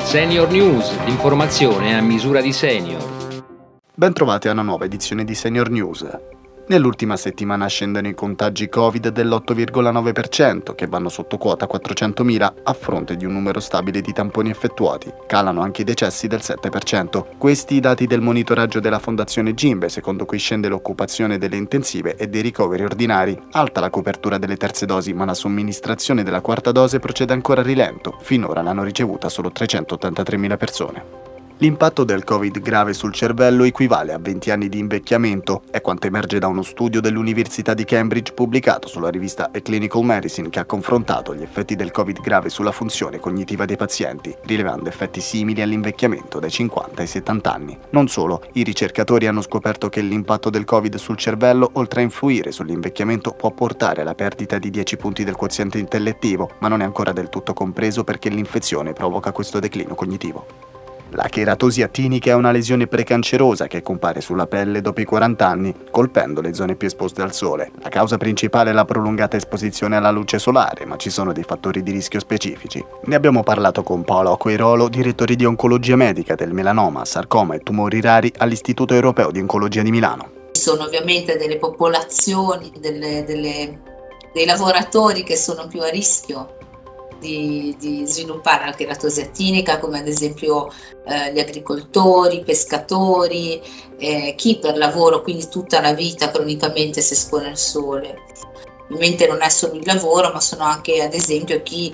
Senior News, l'informazione a misura di senior. Bentrovati a una nuova edizione di Senior News. Nell'ultima settimana scendono i contagi Covid dell'8,9%, che vanno sotto quota 400.000 a fronte di un numero stabile di tamponi effettuati. Calano anche i decessi del 7%. Questi i dati del monitoraggio della Fondazione Gimbe, secondo cui scende l'occupazione delle intensive e dei ricoveri ordinari. Alta la copertura delle terze dosi, ma la somministrazione della quarta dose procede ancora a rilento. Finora l'hanno ricevuta solo 383.000 persone. L'impatto del Covid grave sul cervello equivale a 20 anni di invecchiamento, è quanto emerge da uno studio dell'Università di Cambridge pubblicato sulla rivista A Clinical Medicine, che ha confrontato gli effetti del Covid grave sulla funzione cognitiva dei pazienti, rilevando effetti simili all'invecchiamento dai 50 ai 70 anni. Non solo, i ricercatori hanno scoperto che l'impatto del Covid sul cervello, oltre a influire sull'invecchiamento, può portare alla perdita di 10 punti del quoziente intellettivo, ma non è ancora del tutto compreso perché l'infezione provoca questo declino cognitivo. La cheratosi attinica è una lesione precancerosa che compare sulla pelle dopo i 40 anni, colpendo le zone più esposte al sole. La causa principale è la prolungata esposizione alla luce solare, ma ci sono dei fattori di rischio specifici. Ne abbiamo parlato con Paolo Acquairolo, direttore di oncologia medica del melanoma, sarcoma e tumori rari all'Istituto Europeo di Oncologia di Milano. Ci sono ovviamente delle popolazioni, dei lavoratori che sono più a rischio di sviluppare la cheratosi attinica, come ad esempio gli agricoltori, i pescatori, chi per lavoro, quindi tutta la vita cronicamente si espone al sole. Ovviamente non è solo il lavoro, ma sono anche ad esempio chi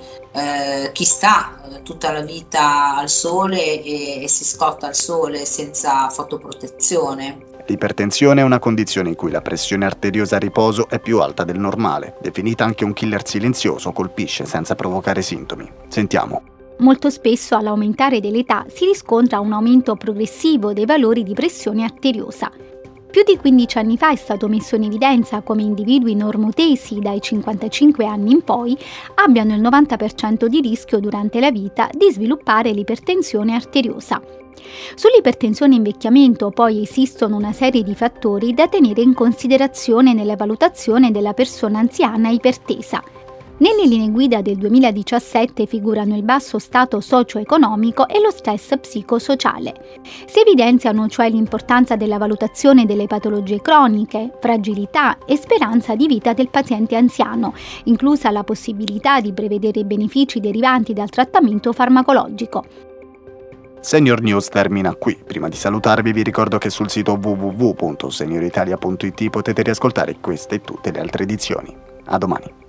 sta tutta la vita al sole e si scotta al sole senza fotoprotezione. L'ipertensione è una condizione in cui la pressione arteriosa a riposo è più alta del normale. Definita anche un killer silenzioso, colpisce senza provocare sintomi. Sentiamo. Molto spesso all'aumentare dell'età si riscontra un aumento progressivo dei valori di pressione arteriosa. Più di 15 anni fa è stato messo in evidenza come individui normotesi dai 55 anni in poi abbiano il 90% di rischio durante la vita di sviluppare l'ipertensione arteriosa. Sull'ipertensione e invecchiamento poi esistono una serie di fattori da tenere in considerazione nella valutazione della persona anziana ipertesa. Nelle linee guida del 2017 figurano il basso stato socio-economico e lo stress psicosociale. Si evidenziano cioè l'importanza della valutazione delle patologie croniche, fragilità e speranza di vita del paziente anziano, inclusa la possibilità di prevedere i benefici derivanti dal trattamento farmacologico. Senior News termina qui. Prima di salutarvi vi ricordo che sul sito www.senioritalia.it potete riascoltare queste e tutte le altre edizioni. A domani.